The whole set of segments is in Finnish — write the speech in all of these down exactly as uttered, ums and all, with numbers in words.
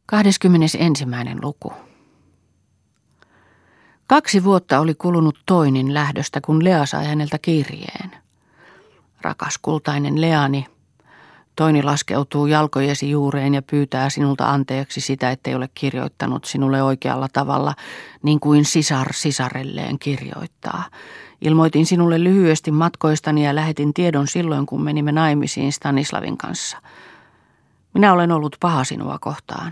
kahdeskymmenesensimmäinen luku. Kaksi vuotta oli kulunut Toinin lähdöstä, kun Lea sai häneltä kirjeen. Rakas kultainen Leani, Toini laskeutuu jalkojesi juureen ja pyytää sinulta anteeksi sitä, ettei ole kirjoittanut sinulle oikealla tavalla, niin kuin sisar sisarelleen kirjoittaa. Ilmoitin sinulle lyhyesti matkoistani ja lähetin tiedon silloin, kun menimme naimisiin Stanislavin kanssa. Minä olen ollut paha sinua kohtaan.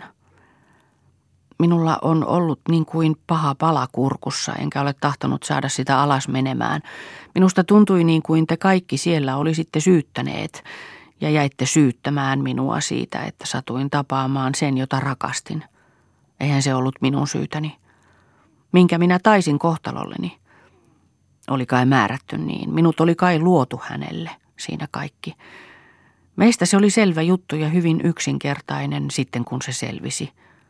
Minulla on ollut niin kuin paha pala kurkussa, enkä ole tahtonut saada sitä alas menemään. Minusta tuntui niin kuin te kaikki siellä olisitte syyttäneet ja jäitte syyttämään minua siitä, että satuin tapaamaan sen, jota rakastin. Eihän se ollut minun syytäni. Minkä minä taisin kohtalolleni. Oli kai määrätty niin. Minut oli kai luotu hänelle. Siinä kaikki. Meistä se oli selvä juttu ja hyvin yksinkertainen sitten, kun se selvisi.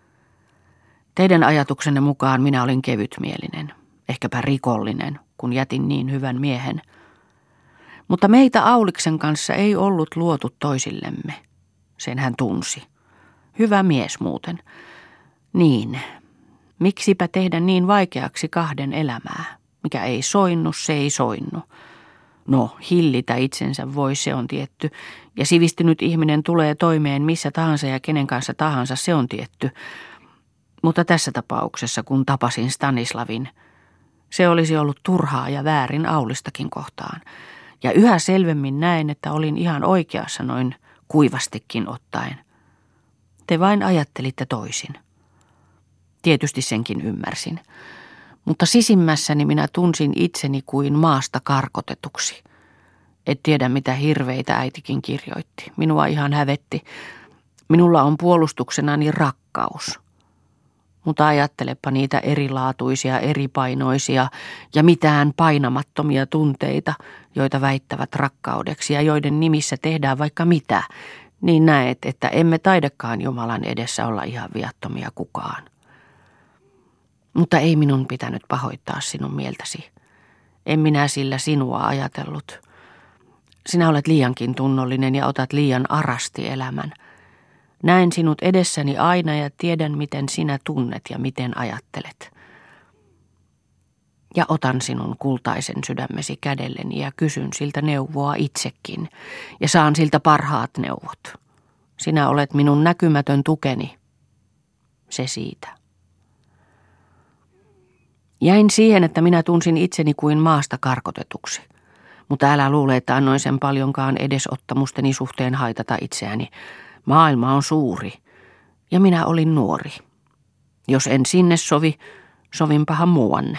Teidän ajatuksenne mukaan minä olin kevytmielinen, ehkäpä rikollinen, kun jätin niin hyvän miehen. Mutta meitä Auliksen kanssa ei ollut luotu toisillemme. Sen hän tunsi. Hyvä mies muuten. Niin, miksipä tehdä niin vaikeaksi kahden elämää? Mikä ei soinnu, se ei soinnu. No, hillitä itsensä voi, se on tietty. Ja sivistynyt ihminen tulee toimeen missä tahansa ja kenen kanssa tahansa, se on tietty. Mutta tässä tapauksessa, kun tapasin Stanislavin, se olisi ollut turhaa ja väärin Aulistakin kohtaan. Ja yhä selvemmin näen, että olin ihan oikeassa noin kuivastikin ottaen. Te vain ajattelitte toisin. Tietysti senkin ymmärsin. Mutta sisimmässäni minä tunsin itseni kuin maasta karkotetuksi. Et tiedä mitä hirveitä äitikin kirjoitti. Minua ihan hävetti. Minulla on puolustuksenani rakkaus. Mutta ajattelepa niitä erilaatuisia, eripainoisia ja mitään painamattomia tunteita, joita väittävät rakkaudeksi ja joiden nimissä tehdään vaikka mitä, niin näet, että emme taidakaan Jumalan edessä olla ihan viattomia kukaan. Mutta ei minun pitänyt pahoittaa sinun mieltäsi. En minä sillä sinua ajatellut. Sinä olet liiankin tunnollinen ja otat liian arasti elämän. Näen sinut edessäni aina ja tiedän, miten sinä tunnet ja miten ajattelet. Ja otan sinun kultaisen sydämesi kädelleni ja kysyn siltä neuvoa itsekin ja saan siltä parhaat neuvot. Sinä olet minun näkymätön tukeni. Se siitä. Jäin siihen, että minä tunsin itseni kuin maasta karkotetuksi. Mutta älä luule, että annoin sen paljonkaan edesottamusteni suhteen haitata itseäni. Maailma on suuri, ja minä olin nuori. Jos en sinne sovi, sovinpahan muuanne.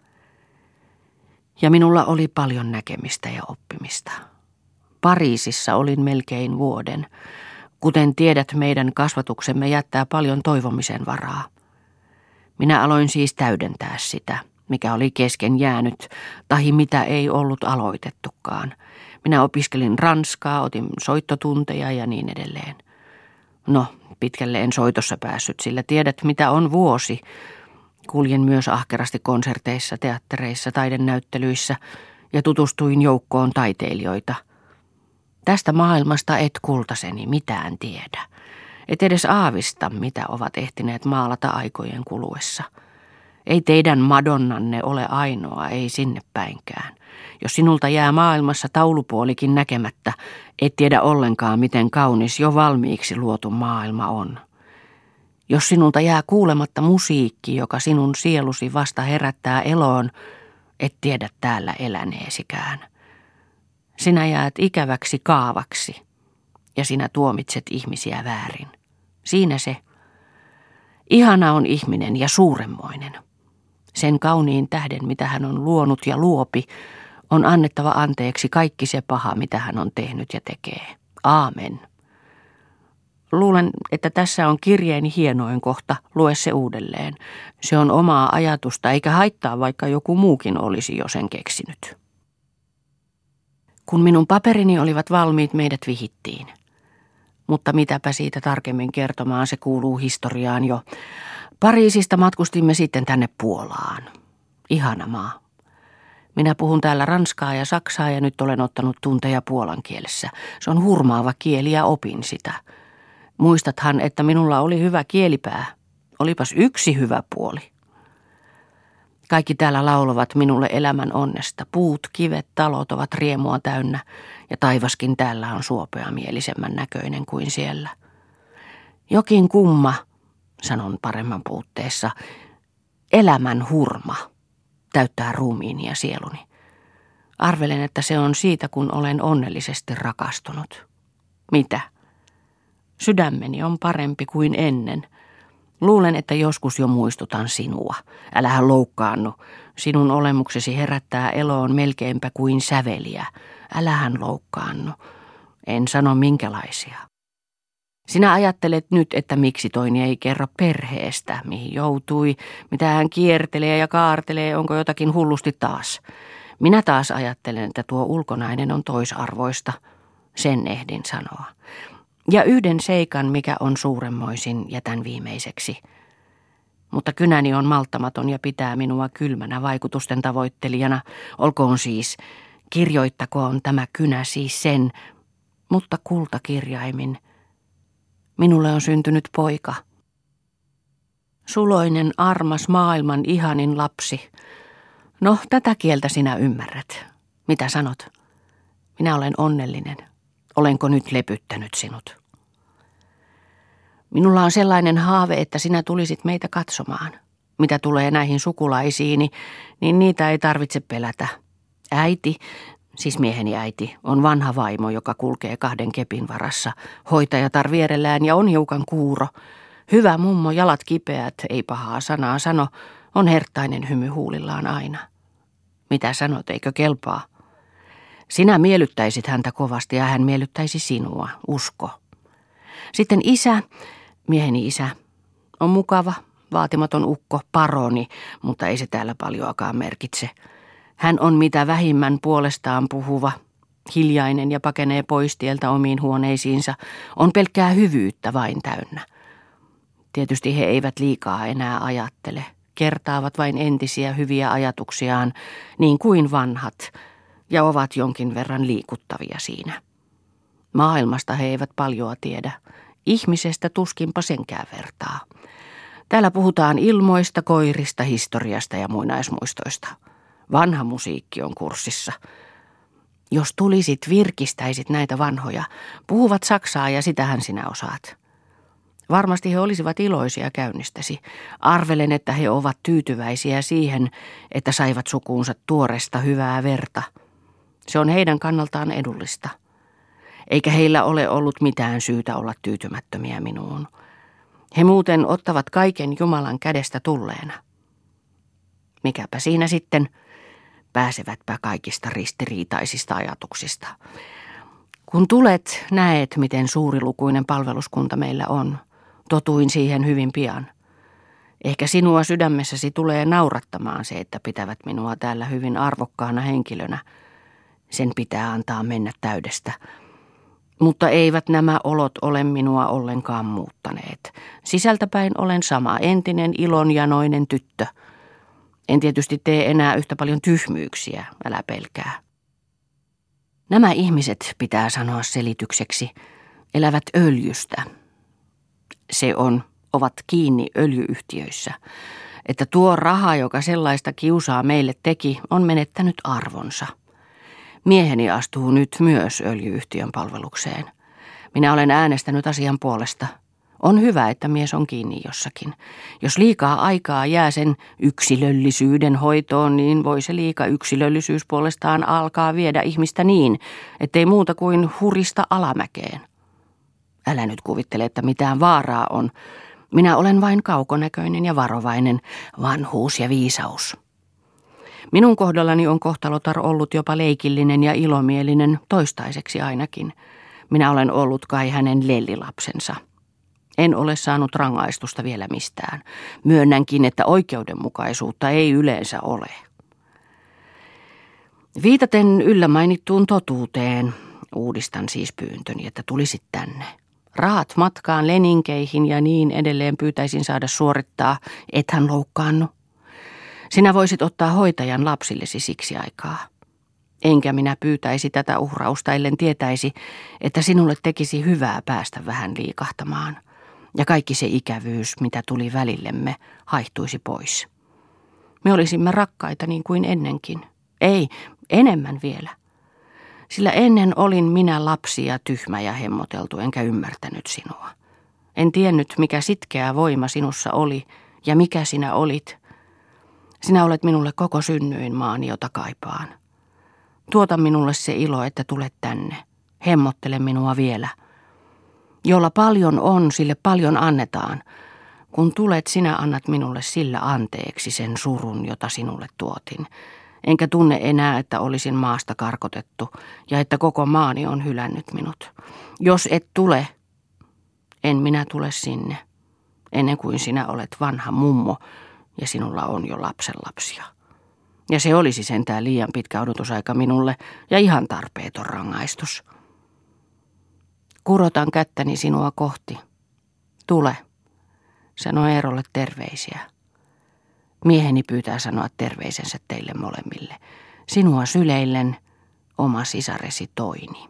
Ja minulla oli paljon näkemistä ja oppimista. Pariisissa olin melkein vuoden. Kuten tiedät, meidän kasvatuksemme jättää paljon toivomisen varaa. Minä aloin siis täydentää sitä, mikä oli kesken jäänyt, tahi mitä ei ollut aloitettukaan. Minä opiskelin ranskaa, otin soittotunteja ja niin edelleen. No, pitkälle en soitossa päässyt, sillä tiedät mitä on vuosi. Kuljen myös ahkerasti konserteissa, teattereissa, taidenäyttelyissä ja tutustuin joukkoon taiteilijoita. Tästä maailmasta et kultaseni mitään tiedä. Et edes aavista, mitä ovat ehtineet maalata aikojen kuluessa. Ei teidän Madonnanne ole ainoa, ei sinne päinkään. Jos sinulta jää maailmassa taulupuolikin näkemättä, et tiedä ollenkaan, miten kaunis jo valmiiksi luotu maailma on. Jos sinulta jää kuulematta musiikki, joka sinun sielusi vasta herättää eloon, et tiedä täällä eläneesikään. Sinä jäät ikäväksi kaavaksi ja sinä tuomitset ihmisiä väärin. Siinä se. Ihana on ihminen ja suuremmoinen. Sen kauniin tähden, mitä hän on luonut ja luopi, on annettava anteeksi kaikki se paha, mitä hän on tehnyt ja tekee. Aamen. Luulen, että tässä on kirjeeni hienoin kohta, lue se uudelleen. Se on omaa ajatusta, eikä haittaa, vaikka joku muukin olisi jo sen keksinyt. Kun minun paperini olivat valmiit, meidät vihittiin. Mutta mitäpä siitä tarkemmin kertomaan, se kuuluu historiaan jo. Pariisista matkustimme sitten tänne Puolaan. Ihana maa. Minä puhun täällä ranskaa ja saksaa ja nyt olen ottanut tunteja puolan kielessä. Se on hurmaava kieli ja opin sitä. Muistathan, että minulla oli hyvä kielipää. Olipas yksi hyvä puoli. Kaikki täällä laulavat minulle elämän onnesta. Puut, kivet, talot ovat riemua täynnä ja taivaskin täällä on suopeamielisemmän näköinen kuin siellä. Jokin kumma, sanon paremman puutteessa, elämän hurma täyttää ruumiini ja sieluni. Arvelen, että se on siitä, kun olen onnellisesti rakastunut. Mitä? Sydämeni on parempi kuin ennen. Luulen, että joskus jo muistutan sinua. Älähän loukkaannu. Sinun olemuksesi herättää eloon melkeinpä kuin säveliä. Älähän loukkaannu. En sano minkälaisia. Sinä ajattelet nyt, että miksi toini ei kerro perheestä, mihin joutui, mitä hän kiertelee ja kaartelee, onko jotakin hullusti taas. Minä taas ajattelen, että tuo ulkonainen on toisarvoista. Sen ehdin sanoa. Ja yhden seikan, mikä on suuremmoisin, jätän viimeiseksi. Mutta kynäni on malttamaton ja pitää minua kylmänä vaikutusten tavoittelijana. Olkoon siis, kirjoittakoon tämä kynä siis sen, mutta kultakirjaimin. Minulle on syntynyt poika. Suloinen, armas, maailman ihanin lapsi. No, tätä kieltä sinä ymmärrät. Mitä sanot? Minä olen onnellinen. Olenko nyt lepyttänyt sinut? Minulla on sellainen haave, että sinä tulisit meitä katsomaan. Mitä tulee näihin sukulaisiini, niin niitä ei tarvitse pelätä. Äiti, siis mieheni äiti, on vanha vaimo, joka kulkee kahden kepin varassa. Hoitajatar vierellään ja on hiukan kuuro. Hyvä mummo, jalat kipeät, ei pahaa sanaa sano, on herttainen hymy huulillaan aina. Mitä sanot, eikö kelpaa? Sinä miellyttäisit häntä kovasti ja hän miellyttäisi sinua, usko. Sitten isä, mieheni isä, on mukava, vaatimaton ukko, paroni, mutta ei se täällä paljoakaan merkitse. Hän on mitä vähimmän puolestaan puhuva, hiljainen ja pakenee pois tieltä omiin huoneisiinsa, on pelkkää hyvyyttä vain täynnä. Tietysti he eivät liikaa enää ajattele, kertaavat vain entisiä hyviä ajatuksiaan, niin kuin vanhat, ja ovat jonkin verran liikuttavia siinä. Maailmasta he eivät paljoa tiedä, ihmisestä tuskinpa senkään vertaa. Täällä puhutaan ilmoista, koirista, historiasta ja muinaismuistoista. Vanha musiikki on kurssissa. Jos tulisit, virkistäisit näitä vanhoja, puhuvat saksaa ja sitähän sinä osaat. Varmasti he olisivat iloisia käynnistäsi. Arvelen, että he ovat tyytyväisiä siihen, että saivat sukuunsa tuoresta hyvää verta. Se on heidän kannaltaan edullista. Eikä heillä ole ollut mitään syytä olla tyytymättömiä minuun. He muuten ottavat kaiken Jumalan kädestä tulleena. Mikäpä siinä sitten, pääsevätpä kaikista ristiriitaisista ajatuksista. Kun tulet, näet, miten suurilukuinen palveluskunta meillä on. Totuin siihen hyvin pian. Ehkä sinua sydämessäsi tulee naurattamaan se, että pitävät minua täällä hyvin arvokkaana henkilönä. Sen pitää antaa mennä täydestä. Mutta eivät nämä olot ole minua ollenkaan muuttaneet. Sisältäpäin olen sama entinen ilonjanoinen tyttö. En tietysti tee enää yhtä paljon tyhmyyksiä, älä pelkää. Nämä ihmiset, pitää sanoa selitykseksi, elävät öljystä. Se on, ovat kiinni öljyyhtiöissä, että tuo raha, joka sellaista kiusaa meille teki, on menettänyt arvonsa. Mieheni astuu nyt myös öljyyhtiön palvelukseen. Minä olen äänestänyt asian puolesta. On hyvä, että mies on kiinni jossakin. Jos liikaa aikaa jää sen yksilöllisyyden hoitoon, niin voi se liika yksilöllisyys puolestaan alkaa viedä ihmistä niin, ettei muuta kuin hurista alamäkeen. Älä nyt kuvittele, että mitään vaaraa on. Minä olen vain kaukonäköinen ja varovainen, vanhuus ja viisaus. Minun kohdallani on kohtalotar ollut jopa leikillinen ja ilomielinen, toistaiseksi ainakin. Minä olen ollut kai hänen lellilapsensa. En ole saanut rangaistusta vielä mistään. Myönnänkin, että oikeudenmukaisuutta ei yleensä ole. Viitaten yllä mainittuun totuuteen, uudistan siis pyyntöni, että tulisit tänne. Rahat matkaan leninkeihin ja niin edelleen pyytäisin saada suorittaa, ethän loukkaannu. Sinä voisit ottaa hoitajan lapsillesi siksi aikaa. Enkä minä pyytäisi tätä uhrausta, ellen tietäisi, että sinulle tekisi hyvää päästä vähän liikahtamaan. Ja kaikki se ikävyys, mitä tuli välillemme, haihtuisi pois. Me olisimme rakkaita niin kuin ennenkin. Ei, enemmän vielä. Sillä ennen olin minä lapsi ja tyhmä ja hemmoteltu, enkä ymmärtänyt sinua. En tiennyt, mikä sitkeä voima sinussa oli ja mikä sinä olit. Sinä olet minulle koko synnyin maani, jota kaipaan. Tuota minulle se ilo, että tulet tänne. Hemmottele minua vielä. Jolla paljon on, sille paljon annetaan. Kun tulet, sinä annat minulle sillä anteeksi sen surun, jota sinulle tuotin. Enkä tunne enää, että olisin maasta karkotettu ja että koko maani on hylännyt minut. Jos et tule, en minä tule sinne, ennen kuin sinä olet vanha mummo ja sinulla on jo lapsenlapsia. Ja se olisi sentään liian pitkä odotusaika minulle ja ihan tarpeeton rangaistus. Kurotan kättäni sinua kohti. Tule, sanoi Eerolle terveisiä. Mieheni pyytää sanoa terveisensä teille molemmille. Sinua syleillen, oma sisaresi Toini.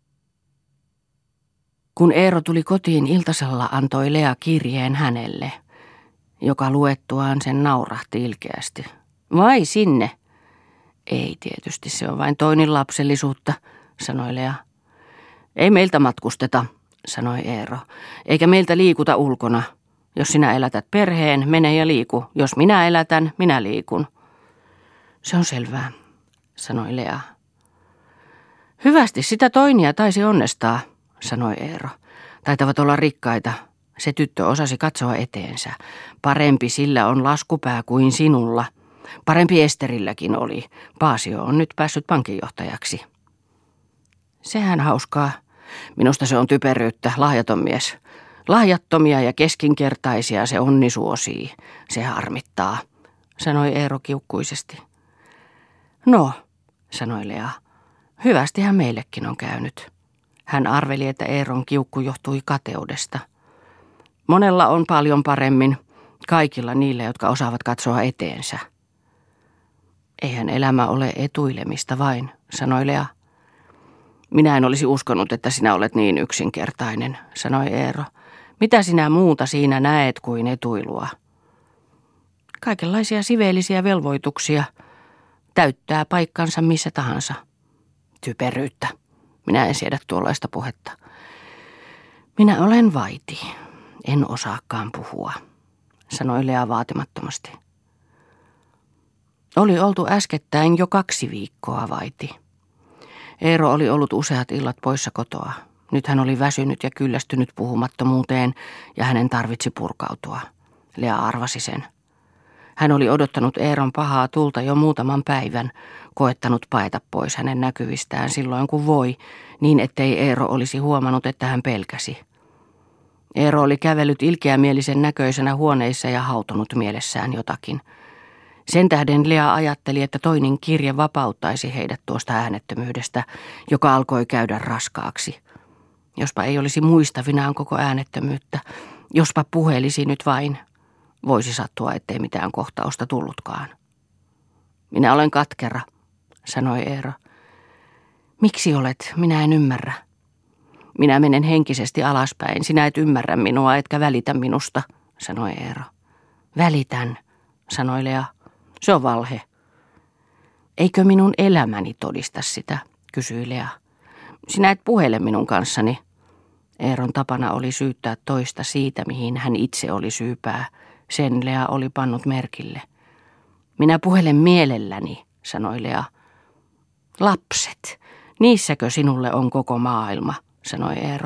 Kun Eero tuli kotiin iltasella, antoi Lea kirjeen hänelle, joka luettuaan sen naurahti ilkeästi. Vai sinne? Ei tietysti, se on vain Toinin lapsellisuutta, sanoi Lea. Ei meiltä matkusteta, sanoi Eero, eikä meiltä liikuta ulkona. Jos sinä elätät perheen, mene ja liiku. Jos minä elätän, minä liikun. Se on selvää, sanoi Lea. Hyvästi sitä Toinia taisi onnestaa, sanoi Eero. Taitavat olla rikkaita. Se tyttö osasi katsoa eteensä. Parempi sillä on laskupää kuin sinulla. Parempi Esterilläkin oli. Paasio on nyt päässyt pankinjohtajaksi. Sehän hauskaa. Minusta se on typeryyttä, lahjaton mies. Lahjattomia ja keskinkertaisia se onni suosii. Se harmittaa, sanoi Eero kiukkuisesti. No, sanoi Lea. Hyvästihän meillekin on käynyt. Hän arveli, että Eeron kiukku johtui kateudesta. Monella on paljon paremmin, kaikilla niillä, jotka osaavat katsoa eteensä. Eihän elämä ole etuilemista vain, sanoi Lea. Minä en olisi uskonut, että sinä olet niin yksinkertainen, sanoi Eero. Mitä sinä muuta siinä näet kuin etuilua? Kaikenlaisia siveellisiä velvoituksia. Täyttää paikkansa missä tahansa. Typeryyttä. Minä en siedä tuollaista puhetta. Minä olen vaiti. En osaakaan puhua, sanoi Lea vaatimattomasti. Oli oltu äskettäin jo kaksi viikkoa vaiti. Eero oli ollut useat illat poissa kotoa. Nyt hän oli väsynyt ja kyllästynyt puhumattomuuteen ja hänen tarvitsi purkautua. Lea arvasi sen. Hän oli odottanut Eeron pahaa tulta jo muutaman päivän, koettanut paeta pois hänen näkyvistään silloin kun voi, niin ettei Eero olisi huomannut, että hän pelkäsi. Eero oli kävellyt ilkeämielisen näköisenä huoneissa ja hautonut mielessään jotakin. Sen tähden Lea ajatteli, että toinen kirje vapauttaisi heidät tuosta äänettömyydestä, joka alkoi käydä raskaaksi. Jospa ei olisi muistavinaan koko äänettömyyttä, jospa puhelisi nyt vain. Voisi sattua, ettei mitään kohtausta tullutkaan. Minä olen katkera, sanoi Eero. Miksi olet? Minä en ymmärrä. Minä menen henkisesti alaspäin. Sinä et ymmärrä minua, etkä välitä minusta, sanoi Eero. Välitän, sanoi Lea. Se on valhe. Eikö minun elämäni todista sitä, kysyi Lea. Sinä et puhele minun kanssani. Eeron tapana oli syyttää toista siitä, mihin hän itse oli syypää. Sen Lea oli pannut merkille. Minä puhelen mielelläni, sanoi Lea. Lapset, niissäkö sinulle on koko maailma, sanoi Eero.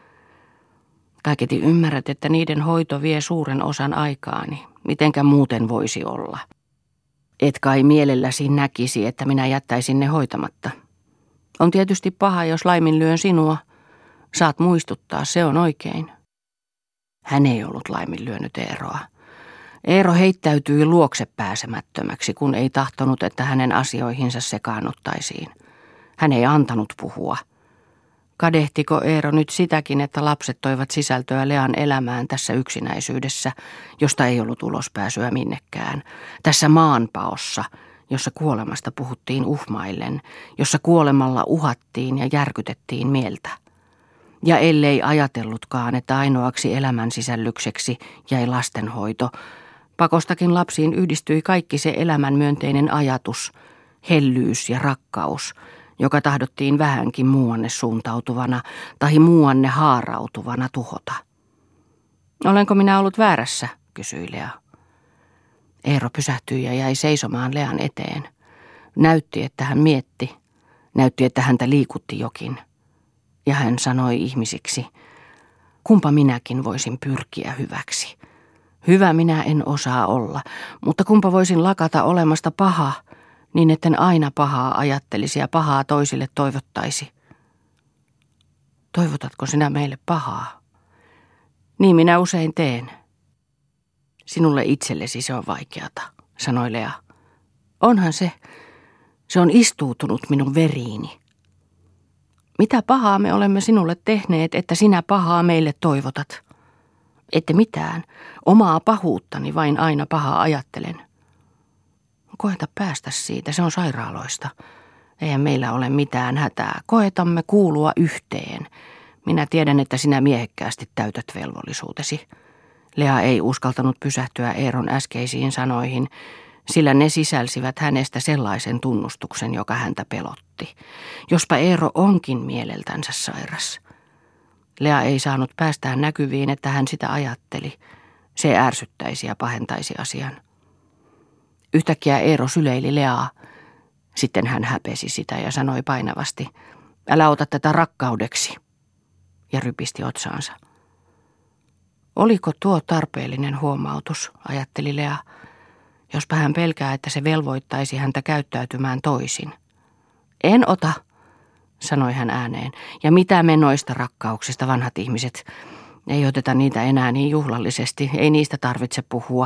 Kaiketi ymmärrät, että niiden hoito vie suuren osan aikaani. Mitenkä muuten voisi olla? Et kai mielelläsi näkisi, että minä jättäisin ne hoitamatta. On tietysti paha, jos laiminlyön sinua. Saat muistuttaa, se on oikein. Hän ei ollut laiminlyönyt Eeroa. Eero heittäytyi luokse pääsemättömäksi, kun ei tahtonut, että hänen asioihinsa sekaannuttaisiin. Hän ei antanut puhua. Kadehtiko Eero nyt sitäkin, että lapset toivat sisältöä Lean elämään tässä yksinäisyydessä, josta ei ollut ulospääsyä minnekään, tässä maanpaossa, jossa kuolemasta puhuttiin uhmaillen, jossa kuolemalla uhattiin ja järkytettiin mieltä. Ja ellei ajatellutkaan, että ainoaksi elämän sisällykseksi jäi lastenhoito, pakostakin lapsiin yhdistyi kaikki se elämän myönteinen ajatus, hellyys ja rakkaus, joka tahdottiin vähänkin muuanne suuntautuvana tai muuanne haarautuvana tuhota. Olenko minä ollut väärässä, kysyi Lea. Eero pysähtyi ja jäi seisomaan Lean eteen. Näytti, että hän mietti. Näytti, että häntä liikutti jokin. Ja hän sanoi ihmisiksi, kumpa minäkin voisin pyrkiä hyväksi. Hyvä minä en osaa olla, mutta kumpa voisin lakata olemasta paha, niin etten aina pahaa ajattelisi ja pahaa toisille toivottaisi. Toivotatko sinä meille pahaa? Niin minä usein teen. Sinulle itsellesi se on vaikeata, sanoi Lea. Onhan se. Se on istuutunut minun veriini. Mitä pahaa me olemme sinulle tehneet, että sinä pahaa meille toivotat? Ette mitään. Omaa pahuuttani vain aina pahaa ajattelen. Koeta päästä siitä, se on sairaaloista. Eihän meillä ole mitään hätää. Koetamme kuulua yhteen. Minä tiedän, että sinä miehekkäästi täytät velvollisuutesi. Lea ei uskaltanut pysähtyä Eeron äskeisiin sanoihin, sillä ne sisälsivät hänestä sellaisen tunnustuksen, joka häntä pelotti. Jospa Eero onkin mieleltänsä sairas. Lea ei saanut päästään näkyviin, että hän sitä ajatteli. Se ärsyttäisi ja pahentaisi asian. Yhtäkkiä Eero syleili Leaa. Sitten hän häpesi sitä ja sanoi painavasti, älä ota tätä rakkaudeksi, ja rypisti otsaansa. Oliko tuo tarpeellinen huomautus, ajatteli Lea, jospa hän pelkää, että se velvoittaisi häntä käyttäytymään toisin. En ota, sanoi hän ääneen, ja mitä me noista rakkauksista, vanhat ihmiset, ei oteta niitä enää niin juhlallisesti, ei niistä tarvitse puhua.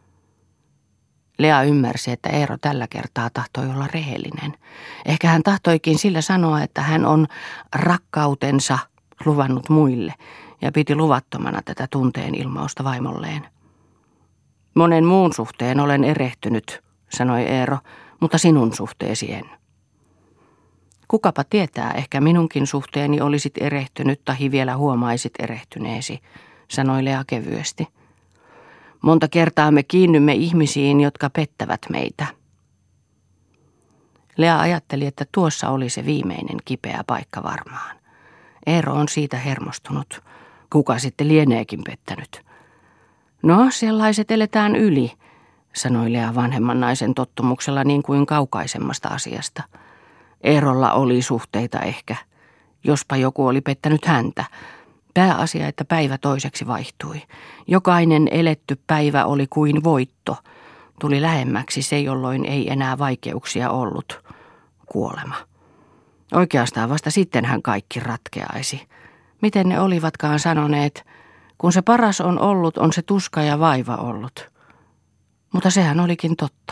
Lea ymmärsi, että Eero tällä kertaa tahtoi olla rehellinen. Ehkä hän tahtoikin sillä sanoa, että hän on rakkautensa luvannut muille ja piti luvattomana tätä tunteen ilmausta vaimolleen. Monen muun suhteen olen erehtynyt, sanoi Eero, mutta sinun suhteesi en. Kukapa tietää, ehkä minunkin suhteeni olisit erehtynyt tai vielä huomaisit erehtyneesi, sanoi Lea kevyesti. Monta kertaa me kiinnymme ihmisiin, jotka pettävät meitä. Lea ajatteli, että tuossa oli se viimeinen kipeä paikka varmaan. Eero on siitä hermostunut. Kuka sitten lieneekin pettänyt? No, sellaiset eletään yli, sanoi Lea vanhemman naisen tottumuksella niin kuin kaukaisemmasta asiasta. Eerolla oli suhteita ehkä. Jospa joku oli pettänyt häntä. Pääasia, että päivä toiseksi vaihtui. Jokainen eletty päivä oli kuin voitto. Tuli lähemmäksi se, jolloin ei enää vaikeuksia ollut. Kuolema. Oikeastaan vasta sittenhän kaikki ratkeaisi. Miten ne olivatkaan sanoneet, kun se paras on ollut, on se tuska ja vaiva ollut. Mutta sehän olikin totta.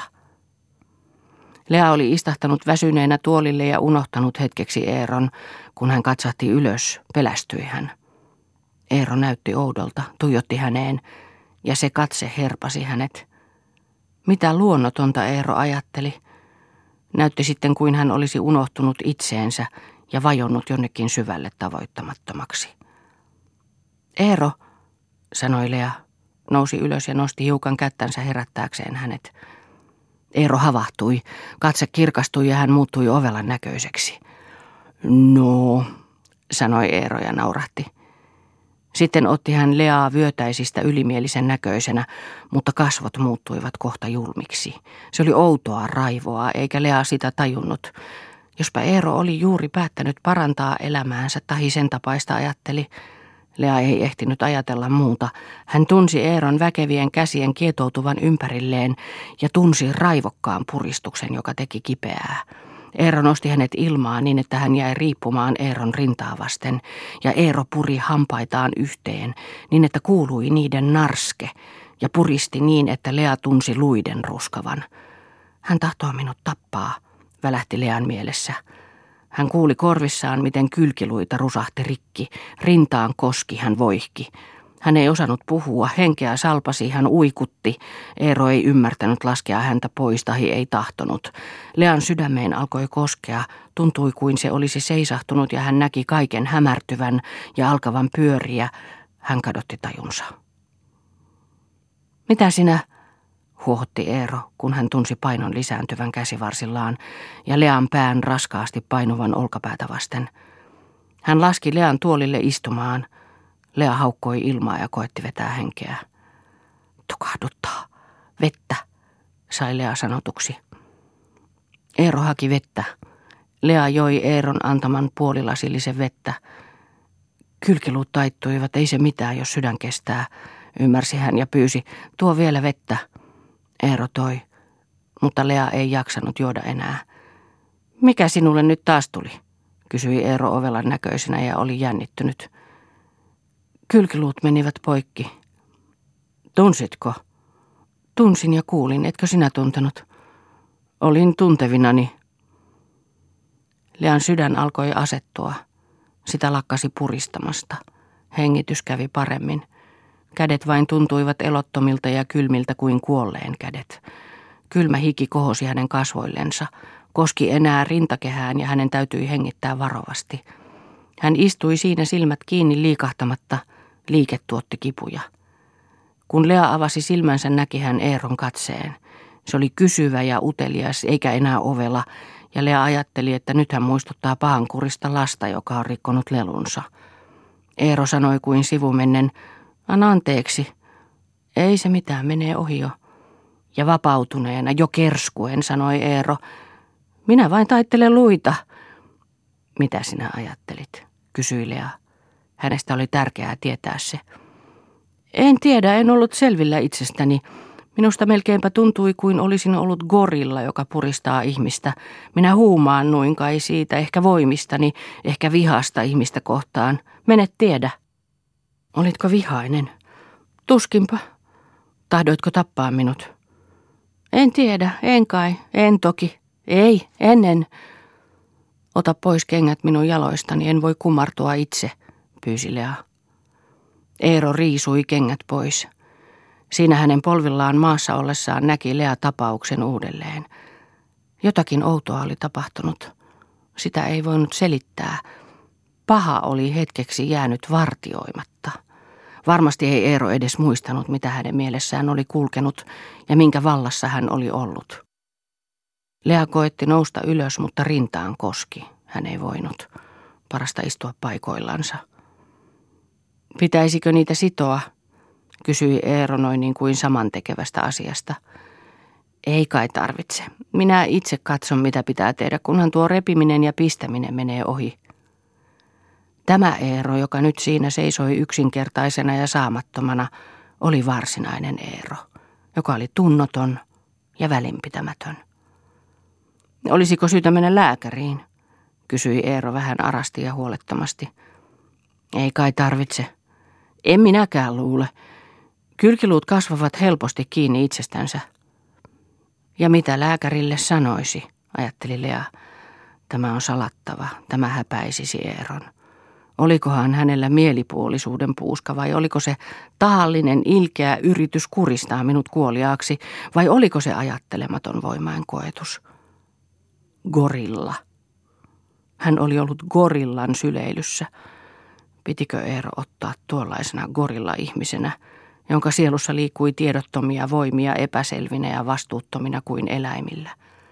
Lea oli istahtanut väsyneenä tuolille ja unohtanut hetkeksi Eeron. Kun hän katsahti ylös, pelästyi hän. Eero näytti oudolta, tuijotti häneen, ja se katse herpasi hänet. Mitä luonnotonta, Eero ajatteli. Näytti sitten, kuin hän olisi unohtunut itseensä ja vajonnut jonnekin syvälle tavoittamattomaksi. Eero, sanoi Lea, nousi ylös ja nosti hiukan kättänsä herättääkseen hänet. Eero havahtui, katse kirkastui ja hän muuttui ovelan näköiseksi. No, sanoi Eero ja naurahti. Sitten otti hän Leaa vyötäisistä ylimielisen näköisenä, mutta kasvot muuttuivat kohta julmiksi. Se oli outoa raivoa, eikä Lea sitä tajunnut. Jospa Eero oli juuri päättänyt parantaa elämäänsä, tahi sen tapaista ajatteli. Lea ei ehtinyt ajatella muuta. Hän tunsi Eeron väkevien käsien kietoutuvan ympärilleen ja tunsi raivokkaan puristuksen, joka teki kipeää. Eero nosti hänet ilmaan niin, että hän jäi riippumaan Eeron rintaa vasten, ja Eero puri hampaitaan yhteen niin, että kuului niiden narske, ja puristi niin, että Lea tunsi luiden ruskavan. Hän tahtoo minut tappaa, välähti Lean mielessä. Hän kuuli korvissaan, miten kylkiluita rusahti rikki, rintaan koski hän voihki. Hän ei osannut puhua, henkeä salpasi, hän uikutti. Eero ei ymmärtänyt laskea häntä pois, tahi ei tahtonut. Lean sydämeen alkoi koskea, tuntui kuin se olisi seisahtunut ja hän näki kaiken hämärtyvän ja alkavan pyöriä. Hän kadotti tajunsa. Mitä sinä, huohotti Eero, kun hän tunsi painon lisääntyvän käsivarsillaan ja Lean pään raskaasti painuvan olkapäätä vasten. Hän laski Lean tuolille istumaan. Lea haukkoi ilmaa ja koetti vetää henkeä. Tukahduttaa. Vettä, sai Lea sanotuksi. Eero haki vettä. Lea joi Eeron antaman puolilasillisen vettä. Kylkiluut taittuivat, ei se mitään, jos sydän kestää, ymmärsi hän ja pyysi, tuo vielä vettä. Eero toi, mutta Lea ei jaksanut juoda enää. Mikä sinulle nyt taas tuli, kysyi Eero ovelan näköisenä ja oli jännittynyt. Kylkiluut menivät poikki. Tunsitko? Tunsin ja kuulin, etkö sinä tuntenut? Olin tuntevinani. Lean sydän alkoi asettua. Sitä lakkasi puristamasta. Hengitys kävi paremmin. Kädet vain tuntuivat elottomilta ja kylmiltä kuin kuolleen kädet. Kylmä hiki kohosi hänen kasvoillensa. Koski enää rintakehään ja hänen täytyi hengittää varovasti. Hän istui siinä silmät kiinni liikahtamatta. Liike tuotti kipuja. Kun Lea avasi silmänsä, näki hän Eeron katseen. Se oli kysyvä ja utelias, eikä enää ovela, ja Lea ajatteli, että nyt hän muistuttaa pahankurista lasta, joka on rikkonut lelunsa. Eero sanoi kuin sivumennen, anna anteeksi. Ei se mitään, menee ohi jo. Ja vapautuneena, jo kerskuen, sanoi Eero, minä vain taittelen luita. Mitä sinä ajattelit, kysyi Lea. Hänestä oli tärkeää tietää se. En tiedä, en ollut selvillä itsestäni. Minusta melkeinpä tuntui kuin olisin ollut gorilla, joka puristaa ihmistä. Minä huumaannuin kai siitä, ehkä voimistani, ehkä vihasta ihmistä kohtaan. Mene tiedä. Olitko vihainen? Tuskinpa. Tahdoitko tappaa minut? En tiedä, en kai, en toki. Ei, ennen. Ota pois kengät minun jaloistani, en voi kumartua itse, pyysi Lea. Eero riisui kengät pois. Siinä hänen polvillaan maassa ollessaan näki Lea tapauksen uudelleen. Jotakin outoa oli tapahtunut. Sitä ei voinut selittää. Paha oli hetkeksi jäänyt vartioimatta. Varmasti ei Eero edes muistanut, mitä hänen mielessään oli kulkenut ja minkä vallassa hän oli ollut. Lea koetti nousta ylös, mutta rintaan koski. Hän ei voinut. Parasta istua paikoillansa. Pitäisikö niitä sitoa? Kysyi Eero noin niin kuin samantekevästä asiasta. Ei kai tarvitse. Minä itse katson, mitä pitää tehdä, kunhan tuo repiminen ja pistäminen menee ohi. Tämä Eero, joka nyt siinä seisoi yksinkertaisena ja saamattomana, oli varsinainen Eero, joka oli tunnoton ja välinpitämätön. Olisiko syytä mennä lääkäriin? Kysyi Eero vähän arasti ja huolettomasti. Ei kai tarvitse. En minäkään luule. Kylkiluut kasvavat helposti kiinni itsestänsä. Ja mitä lääkärille sanoisi, ajatteli Lea. Tämä on salattava, tämä häpäisisi Eeron. Olikohan hänellä mielipuolisuuden puuska vai oliko se tahallinen ilkeä yritys kuristaa minut kuoliaaksi vai oliko se ajattelematon voimain koetus? Gorilla. Hän oli ollut gorillan syleilyssä. Pitikö Eero ottaa tuollaisena gorilla-ihmisenä, jonka sielussa liikkui tiedottomia voimia epäselvinä ja vastuuttomina kuin eläimillä?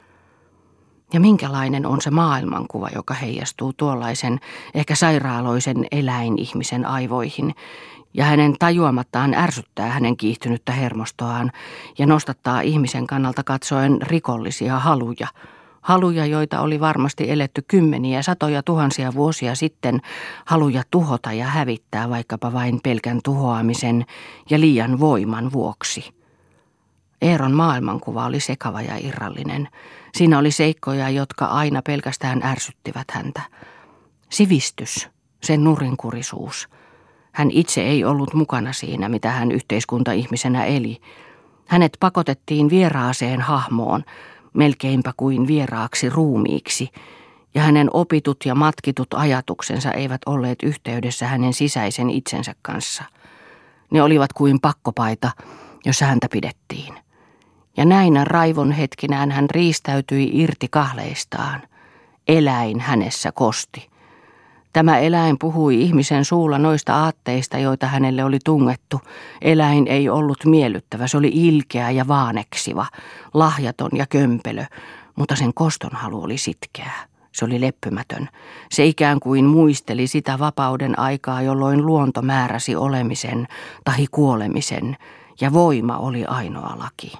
Ja minkälainen on se maailmankuva, joka heijastuu tuollaisen ehkä sairaaloisen eläinihmisen aivoihin, ja hänen tajuamattaan ärsyttää hänen kiihtynyttä hermostoaan ja nostattaa ihmisen kannalta katsoen rikollisia haluja, haluja, joita oli varmasti eletty kymmeniä, satoja tuhansia vuosia sitten, haluja tuhota ja hävittää vaikkapa vain pelkän tuhoamisen ja liian voiman vuoksi. Eeron maailmankuva oli sekava ja irrallinen. Siinä oli seikkoja, jotka aina pelkästään ärsyttivät häntä. Sivistys, sen nurinkurisuus. Hän itse ei ollut mukana siinä, mitä hän yhteiskuntaihmisenä eli. Hänet pakotettiin vieraaseen hahmoon, melkeinpä kuin vieraaksi ruumiiksi, ja hänen opitut ja matkitut ajatuksensa eivät olleet yhteydessä hänen sisäisen itsensä kanssa. Ne olivat kuin pakkopaita, jossa häntä pidettiin. Ja näinä raivon hetkinään hän riistäytyi irti kahleistaan. Eläin hänessä kosti. Tämä eläin puhui ihmisen suulla noista aatteista, joita hänelle oli tungettu. Eläin ei ollut miellyttävä, se oli ilkeä ja vaaneksiva, lahjaton ja kömpelö, mutta sen kostonhalu oli sitkeää. Se oli leppymätön. Se ikään kuin muisteli sitä vapauden aikaa, jolloin luonto määräsi olemisen tahi kuolemisen, ja voima oli ainoa laki.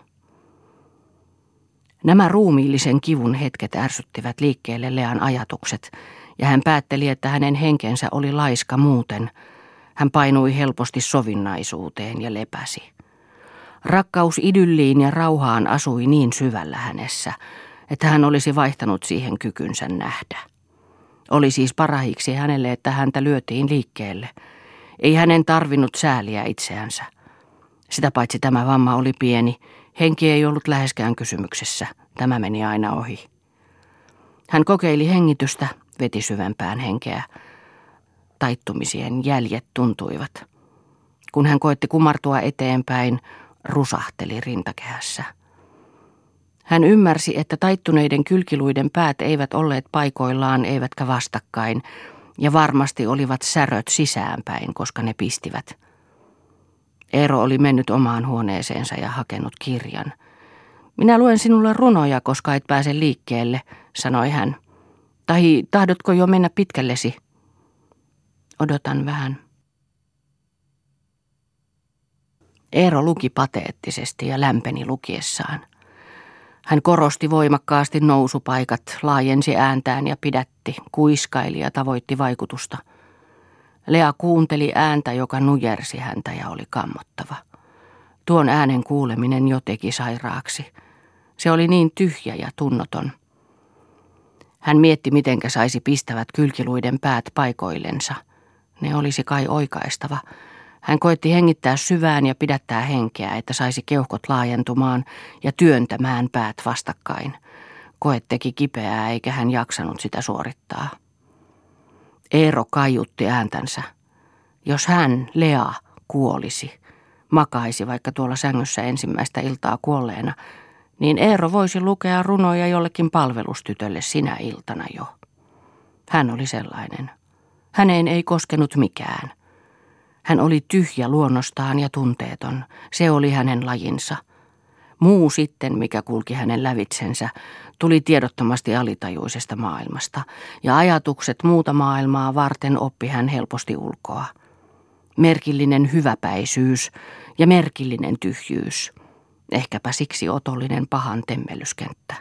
Nämä ruumiillisen kivun hetket ärsyttivät liikkeelle Lean ajatukset, ja hän päätteli, että hänen henkensä oli laiska muuten. Hän painui helposti sovinnaisuuteen ja lepäsi. Rakkaus idylliin ja rauhaan asui niin syvällä hänessä, että hän olisi vaihtanut siihen kykynsä nähdä. Oli siis parahiksi hänelle, että häntä lyötiin liikkeelle. Ei hänen tarvinnut sääliä itseänsä. Sitä paitsi tämä vamma oli pieni, henki ei ollut läheskään kysymyksessä. Tämä meni aina ohi. Hän kokeili hengitystä, veti syvempään henkeä. Taittumisien jäljet tuntuivat. Kun hän koetti kumartua eteenpäin, rusahteli rintakehässä. Hän ymmärsi, että taittuneiden kylkiluiden päät eivät olleet paikoillaan eivätkä vastakkain, ja varmasti olivat säröt sisäänpäin, koska ne pistivät. Eero oli mennyt omaan huoneeseensa ja hakenut kirjan. Minä luen sinulle runoja, koska et pääse liikkeelle, sanoi hän. Tai tahdotko jo mennä pitkällesi? Odotan vähän. Eero luki pateettisesti ja lämpeni lukiessaan. Hän korosti voimakkaasti nousupaikat, laajensi ääntään ja pidätti, kuiskaili ja tavoitti vaikutusta. Lea kuunteli ääntä, joka nujersi häntä ja oli kammottava. Tuon äänen kuuleminen jo teki sairaaksi. Se oli niin tyhjä ja tunnoton. Hän mietti, mitenkä saisi pistävät kylkiluiden päät paikoillensa. Ne olisi kai oikaistava. Hän koetti hengittää syvään ja pidättää henkeä, että saisi keuhkot laajentumaan ja työntämään päät vastakkain. Koe teki kipeää, eikä hän jaksanut sitä suorittaa. Eero kaiutti ääntänsä. Jos hän, Lea, kuolisi, makaisi vaikka tuolla sängyssä ensimmäistä iltaa kuolleena, niin Eero voisi lukea runoja jollekin palvelustytölle sinä iltana jo. Hän oli sellainen. Häneen ei koskenut mikään. Hän oli tyhjä luonnostaan ja tunteeton. Se oli hänen lajinsa. Muu sitten, mikä kulki hänen lävitsensä, tuli tiedottomasti alitajuisesta maailmasta, ja ajatukset muuta maailmaa varten oppi hän helposti ulkoa. Merkillinen hyväpäisyys ja merkillinen tyhjyys. Ehkäpä siksi otollinen pahan temmelyskenttä.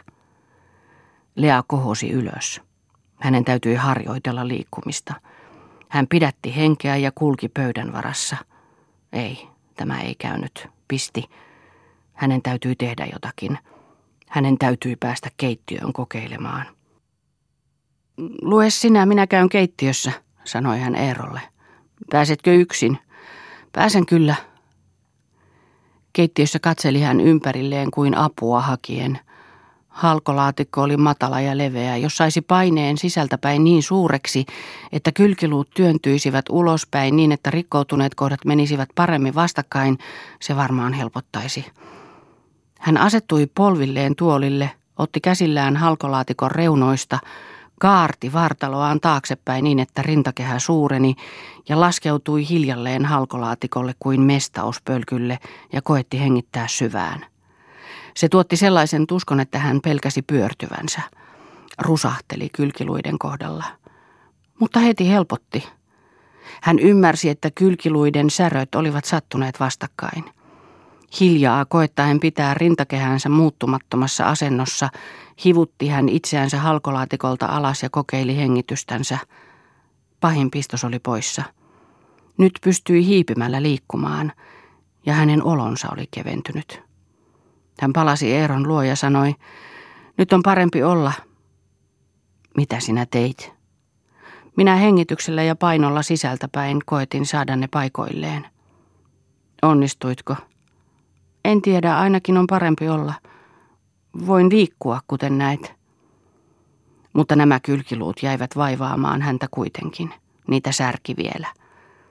Lea kohosi ylös. Hänen täytyi harjoitella liikkumista. Hän pidätti henkeä ja kulki pöydän varassa. Ei, tämä ei käynyt. Pisti. Hänen täytyi tehdä jotakin. Hänen täytyi päästä keittiöön kokeilemaan. Lue sinä, minä käyn keittiössä, sanoi hän Eerolle. Pääsetkö yksin? Pääsen kyllä. Keittiössä katseli hän ympärilleen kuin apua hakien. Halkolaatikko oli matala ja leveä, jos saisi paineen sisältäpäin niin suureksi, että kylkiluut työntyisivät ulospäin niin, että rikkoutuneet kohdat menisivät paremmin vastakkain, se varmaan helpottaisi. Hän asettui polvilleen tuolille, otti käsillään halkolaatikon reunoista, kaarti vartaloaan taaksepäin niin, että rintakehä suureni ja laskeutui hiljalleen halkolaatikolle kuin mestauspölkylle ja koetti hengittää syvään. Se tuotti sellaisen tuskon, että hän pelkäsi pyörtyvänsä. Rusahteli kylkiluiden kohdalla. Mutta heti helpotti. Hän ymmärsi, että kylkiluiden säröt olivat sattuneet vastakkain. Hiljaa koettaen pitää rintakehänsä muuttumattomassa asennossa, hivutti hän itseänsä halkolaatikolta alas ja kokeili hengitystänsä. Pahin pistos oli poissa. Nyt pystyi hiipimällä liikkumaan, ja hänen olonsa oli keventynyt. Hän palasi Eeron luo ja sanoi, nyt on parempi olla. Mitä sinä teit? Minä hengityksellä ja painolla sisältäpäin koetin saada ne paikoilleen. Onnistuitko? En tiedä, ainakin on parempi olla. Voin liikkua, kuten näet. Mutta nämä kylkiluut jäivät vaivaamaan häntä kuitenkin. Niitä särki vielä.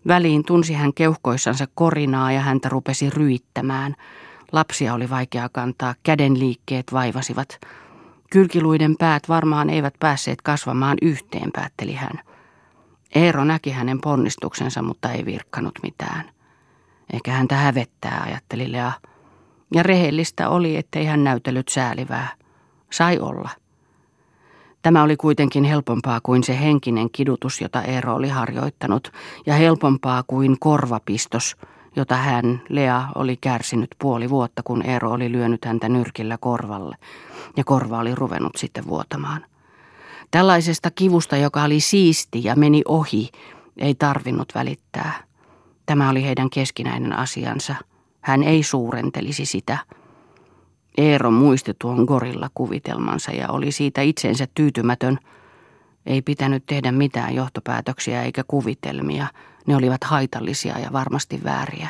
Väliin tunsi hän keuhkoissansa korinaa ja häntä rupesi ryittämään. Lapsia oli vaikea kantaa, käden liikkeet vaivasivat. Kylkiluiden päät varmaan eivät päässeet kasvamaan yhteen, päätteli hän. Eero näki hänen ponnistuksensa, mutta ei virkkanut mitään. Eikä häntä hävettää, ajatteli Lea. Ja rehellistä oli, ettei hän näytellyt säälivää. Sai olla. Tämä oli kuitenkin helpompaa kuin se henkinen kidutus, jota Eero oli harjoittanut, ja helpompaa kuin korvapistos, jota hän, Lea, oli kärsinyt puoli vuotta, kun Eero oli lyönyt häntä nyrkillä korvalle, ja korva oli ruvennut sitten vuotamaan. Tällaisesta kivusta, joka oli siisti ja meni ohi, ei tarvinnut välittää. Tämä oli heidän keskinäinen asiansa. Hän ei suurentelisi sitä. Eero muisti tuon gorilla-kuvitelmansa ja oli siitä itsensä tyytymätön. Ei pitänyt tehdä mitään johtopäätöksiä eikä kuvitelmia. Ne olivat haitallisia ja varmasti vääriä.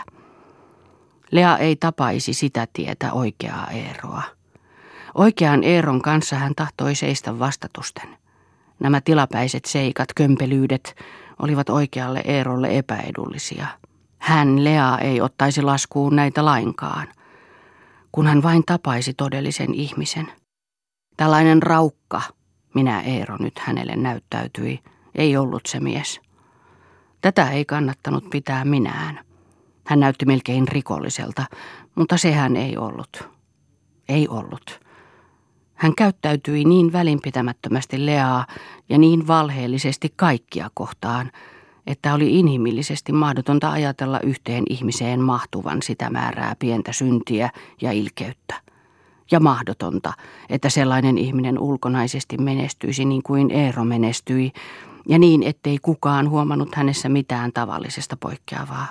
Lea ei tapaisi sitä tietä oikeaa Eeroa. Oikean Eeron kanssa hän tahtoi seistä vastatusten. Nämä tilapäiset seikat, kömpelyydet, olivat oikealle Eerolle epäedullisia. Hän, Lea, ei ottaisi laskuun näitä lainkaan, kun hän vain tapaisi todellisen ihmisen. Tällainen raukka, minä Eero nyt hänelle näyttäytyi, ei ollut se mies. Tätä ei kannattanut pitää minään. Hän näytti melkein rikolliselta, mutta sehän ei ollut. Ei ollut. Hän käyttäytyi niin välinpitämättömästi Leaa ja niin valheellisesti kaikkia kohtaan, että oli inhimillisesti mahdotonta ajatella yhteen ihmiseen mahtuvan sitä määrää pientä syntiä ja ilkeyttä. Ja mahdotonta, että sellainen ihminen ulkonaisesti menestyisi niin kuin Eero menestyi, ja niin, ettei kukaan huomannut hänessä mitään tavallisesta poikkeavaa.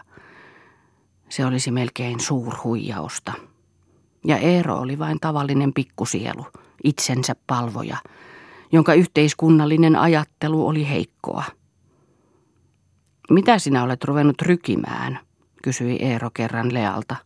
Se olisi melkein suurhuijausta. Ja Eero oli vain tavallinen pikkusielu, itsensä palvoja, jonka yhteiskunnallinen ajattelu oli heikkoa. Mitä sinä olet ruvennut rykimään, kysyi Eero kerran Lealta.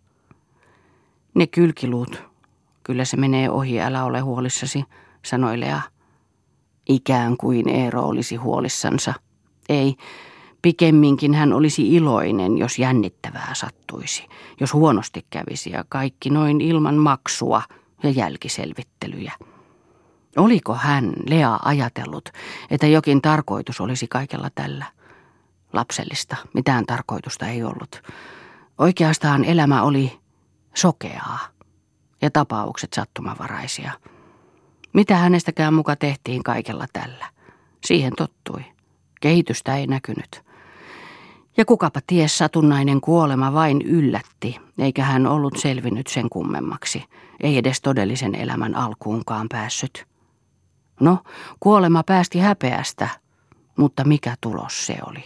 Ne kylkiluut. Kyllä se menee ohi, älä ole huolissasi, sanoi Lea. Ikään kuin Eero olisi huolissansa. Ei, pikemminkin hän olisi iloinen, jos jännittävää sattuisi, jos huonosti kävisi ja kaikki noin ilman maksua ja jälkiselvittelyjä. Oliko hän, Lea, ajatellut, että jokin tarkoitus olisi kaikella tällä? Lapsellista, mitään tarkoitusta ei ollut. Oikeastaan elämä oli sokeaa ja tapaukset sattumavaraisia. Mitä hänestäkään muka tehtiin kaikella tällä? Siihen tottui. Kehitystä ei näkynyt. Ja kukapa ties, satunnainen kuolema vain yllätti, eikä hän ollut selvinnyt sen kummemmaksi. Ei edes todellisen elämän alkuunkaan päässyt. No, kuolema päästi häpeästä, mutta mikä tulos se oli?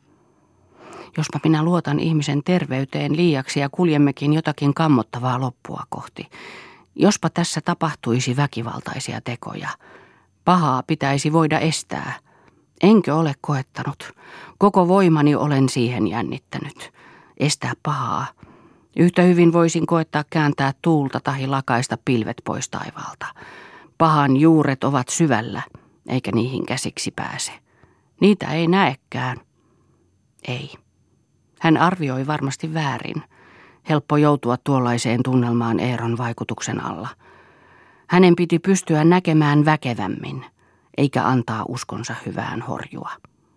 Jospa minä luotan ihmisen terveyteen liiaksi ja kuljemmekin jotakin kammottavaa loppua kohti. Jospa tässä tapahtuisi väkivaltaisia tekoja. Pahaa pitäisi voida estää. Enkö ole koettanut? Koko voimani olen siihen jännittänyt. Estää pahaa. Yhtä hyvin voisin koettaa kääntää tuulta tahi lakaista pilvet pois taivaalta. Pahan juuret ovat syvällä, eikä niihin käsiksi pääse. Niitä ei näekään. Ei. Hän arvioi varmasti väärin. Helppo joutua tuollaiseen tunnelmaan Eeron vaikutuksen alla. Hänen piti pystyä näkemään väkevämmin, eikä antaa uskonsa hyvään horjua.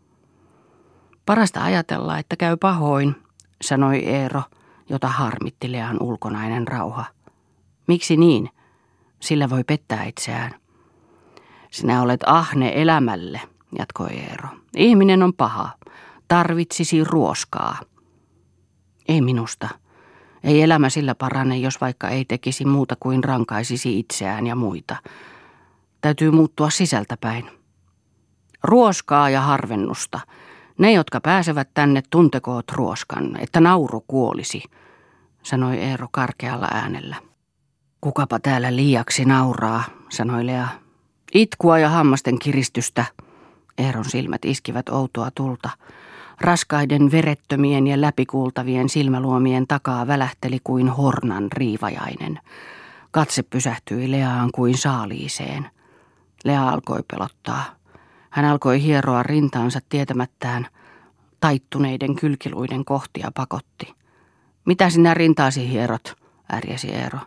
Parasta ajatella, että käy pahoin, sanoi Eero, jota harmitti Lean ulkonainen rauha. Miksi niin? Sillä voi pettää itseään. Sinä olet ahne elämälle, jatkoi Eero. Ihminen on paha. Tarvitsisi ruoskaa. Ei minusta. Ei elämä sillä parane, jos vaikka ei tekisi muuta kuin rankaisisi itseään ja muita. Täytyy muuttua sisältäpäin. Ruoskaa ja harvennusta. Ne, jotka pääsevät tänne, tuntekoot ruoskan, että nauru kuolisi, sanoi Eero karkealla äänellä. Kukapa täällä liiaksi nauraa, sanoi Lea. Itkua ja hammasten kiristystä. Eeron silmät iskivät outoa tulta. Raskaiden verettömien ja läpikuultavien silmäluomien takaa välähteli kuin hornan riivajainen. Katse pysähtyi Leaan kuin saaliiseen. Lea alkoi pelottaa. Hän alkoi hieroa rintaansa tietämättään, taittuneiden kylkiluiden kohtia pakotti. Mitä sinä rintaasi hierot, ärjäsi Eero.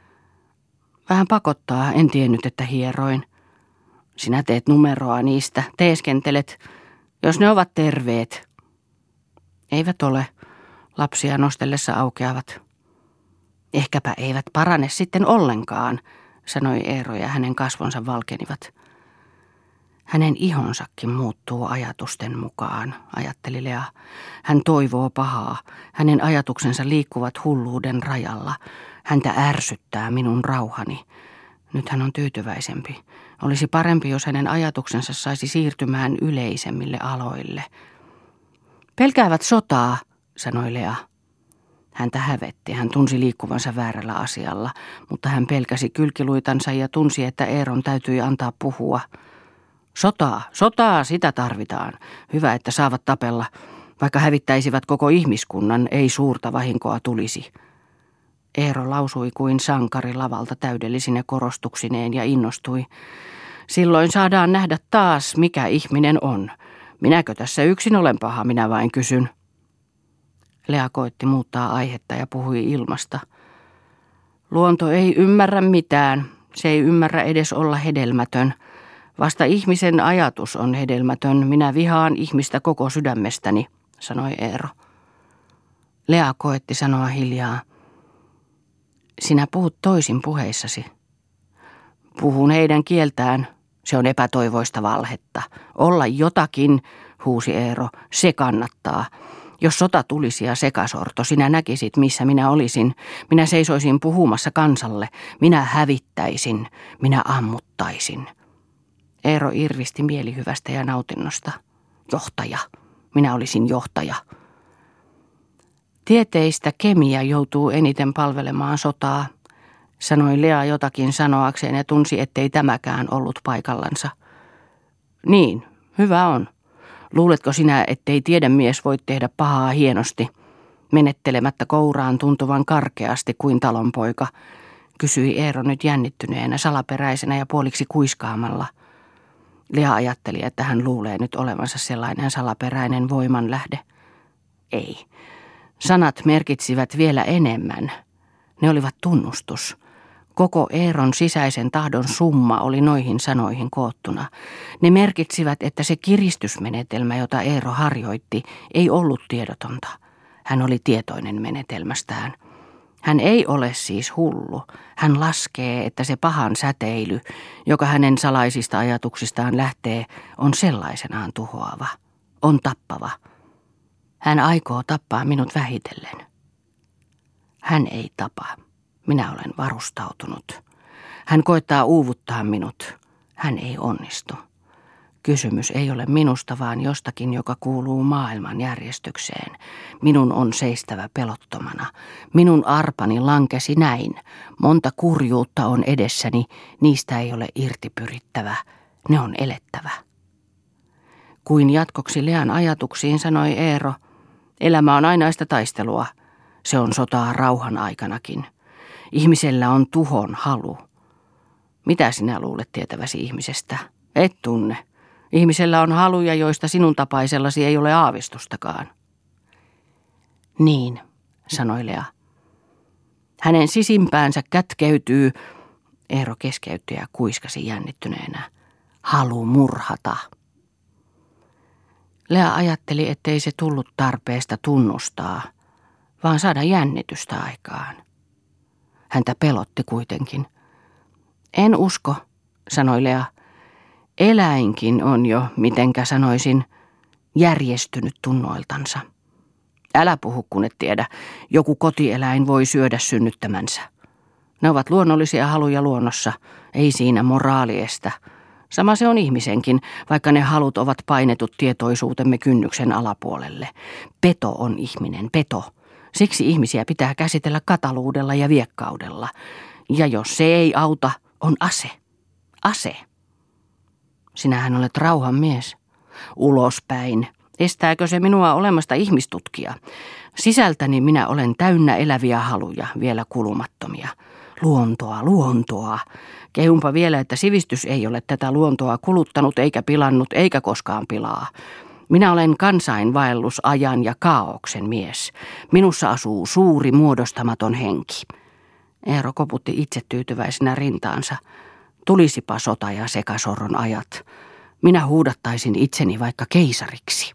Vähän pakottaa, en tiennyt, että hieroin. Sinä teet numeroa niistä, teeskentelet, jos ne ovat terveet. Eivät ole, lapsia nostellessa aukeavat. Ehkäpä eivät parane sitten ollenkaan, sanoi Eero ja hänen kasvonsa valkenivat. Hänen ihonsakin muuttuu ajatusten mukaan, ajatteli Lea. Hän toivoo pahaa, hänen ajatuksensa liikkuvat hulluuden rajalla. Häntä ärsyttää minun rauhani. Nyt hän on tyytyväisempi. Olisi parempi, jos hänen ajatuksensa saisi siirtymään yleisemmille aloille. Pelkäävät sotaa, sanoi Lea. Häntä hävetti, hän tunsi liikkuvansa väärällä asialla, mutta hän pelkäsi kylkiluitansa ja tunsi, että Eeron täytyi antaa puhua. Sotaa, sotaa, sitä tarvitaan. Hyvä, että saavat tapella. Vaikka hävittäisivät koko ihmiskunnan, ei suurta vahinkoa tulisi. Eero lausui kuin sankari lavalta täydellisine korostuksineen ja innostui. Silloin saadaan nähdä taas, mikä ihminen on. Minäkö tässä yksin olen paha, minä vain kysyn. Lea koetti muuttaa aihetta ja puhui ilmasta. Luonto ei ymmärrä mitään. Se ei ymmärrä edes olla hedelmätön. Vasta ihmisen ajatus on hedelmätön. Minä vihaan ihmistä koko sydämestäni, sanoi Eero. Lea koetti sanoa hiljaa. Sinä puhut toisin puheissasi. Puhun heidän kieltään. Se on epätoivoista valhetta. Olla jotakin, huusi Eero, se kannattaa. Jos sota tulisi ja sekasorto, sinä näkisit, missä minä olisin. Minä seisoisin puhumassa kansalle. Minä hävittäisin. Minä ammuttaisin. Eero irvisti mielihyvästä ja nautinnosta. Johtaja. Minä olisin johtaja. Tieteistä kemia joutuu eniten palvelemaan sotaa, sanoi Lea jotakin sanoakseen ja tunsi, ettei tämäkään ollut paikallansa. Niin, hyvä on. Luuletko sinä, ettei tiedemies voi tehdä pahaa hienosti, menettelemättä kouraan tuntuvan karkeasti kuin talonpoika, kysyi Eero nyt jännittyneenä, salaperäisenä ja puoliksi kuiskaamalla. Lea ajatteli, että hän luulee nyt olevansa sellainen salaperäinen voimanlähde. Ei. Sanat merkitsivät vielä enemmän. Ne olivat tunnustus. Koko Eeron sisäisen tahdon summa oli noihin sanoihin koottuna. Ne merkitsivät, että se kiristysmenetelmä, jota Eero harjoitti, ei ollut tiedotonta. Hän oli tietoinen menetelmästään. Hän ei ole siis hullu. Hän laskee, että se pahan säteily, joka hänen salaisista ajatuksistaan lähtee, on sellaisenaan tuhoava, on tappava. Hän aikoo tappaa minut vähitellen. Hän ei tapa. Minä olen varustautunut. Hän koettaa uuvuttaa minut. Hän ei onnistu. Kysymys ei ole minusta, vaan jostakin, joka kuuluu maailman järjestykseen. Minun on seistävä pelottomana. Minun arpani lankesi näin. Monta kurjuutta on edessäni. Niistä ei ole irti pyrittävä. Ne on elettävä. Kuin jatkoksi Lean ajatuksiin sanoi Eero, elämä on ainaista taistelua. Se on sotaa rauhan aikanakin. Ihmisellä on tuhon halu. Mitä sinä luulet tietäväsi ihmisestä? Et tunne. Ihmisellä on haluja, joista sinun tapaisellasi ei ole aavistustakaan. Niin, sanoi Lea. Hänen sisimpäänsä kätkeytyy, Eero keskeytti ja kuiskasi jännittyneenä, halu murhata. Lea ajatteli, ettei se tullut tarpeesta tunnustaa, vaan saada jännitystä aikaan. Häntä pelotti kuitenkin. En usko, sanoi Lea. Eläinkin on jo, mitenkä sanoisin, järjestynyt tunnoiltansa. Älä puhu, kun et tiedä. Joku kotieläin voi syödä synnyttämänsä. Ne ovat luonnollisia haluja luonnossa, ei siinä moraali estä. Sama se on ihmisenkin, vaikka ne halut ovat painetut tietoisuutemme kynnyksen alapuolelle. Peto on ihminen, peto. Siksi ihmisiä pitää käsitellä kataluudella ja viekkaudella. Ja jos se ei auta, on ase. Ase. Sinähän olet rauhan mies. Ulospäin. Estääkö se minua olemasta ihmistutkija? Sisältäni minä olen täynnä eläviä haluja, vielä kulumattomia. Luontoa, luontoa. Kehunpa vielä, että sivistys ei ole tätä luontoa kuluttanut eikä pilannut eikä koskaan pilaa. Minä olen kansainvaellusajan ja kaaoksen mies. Minussa asuu suuri muodostamaton henki. Eero koputti itsetyytyväisenä rintaansa. Tulisipa sota ja sekasorron ajat. Minä huudattaisin itseni vaikka keisariksi.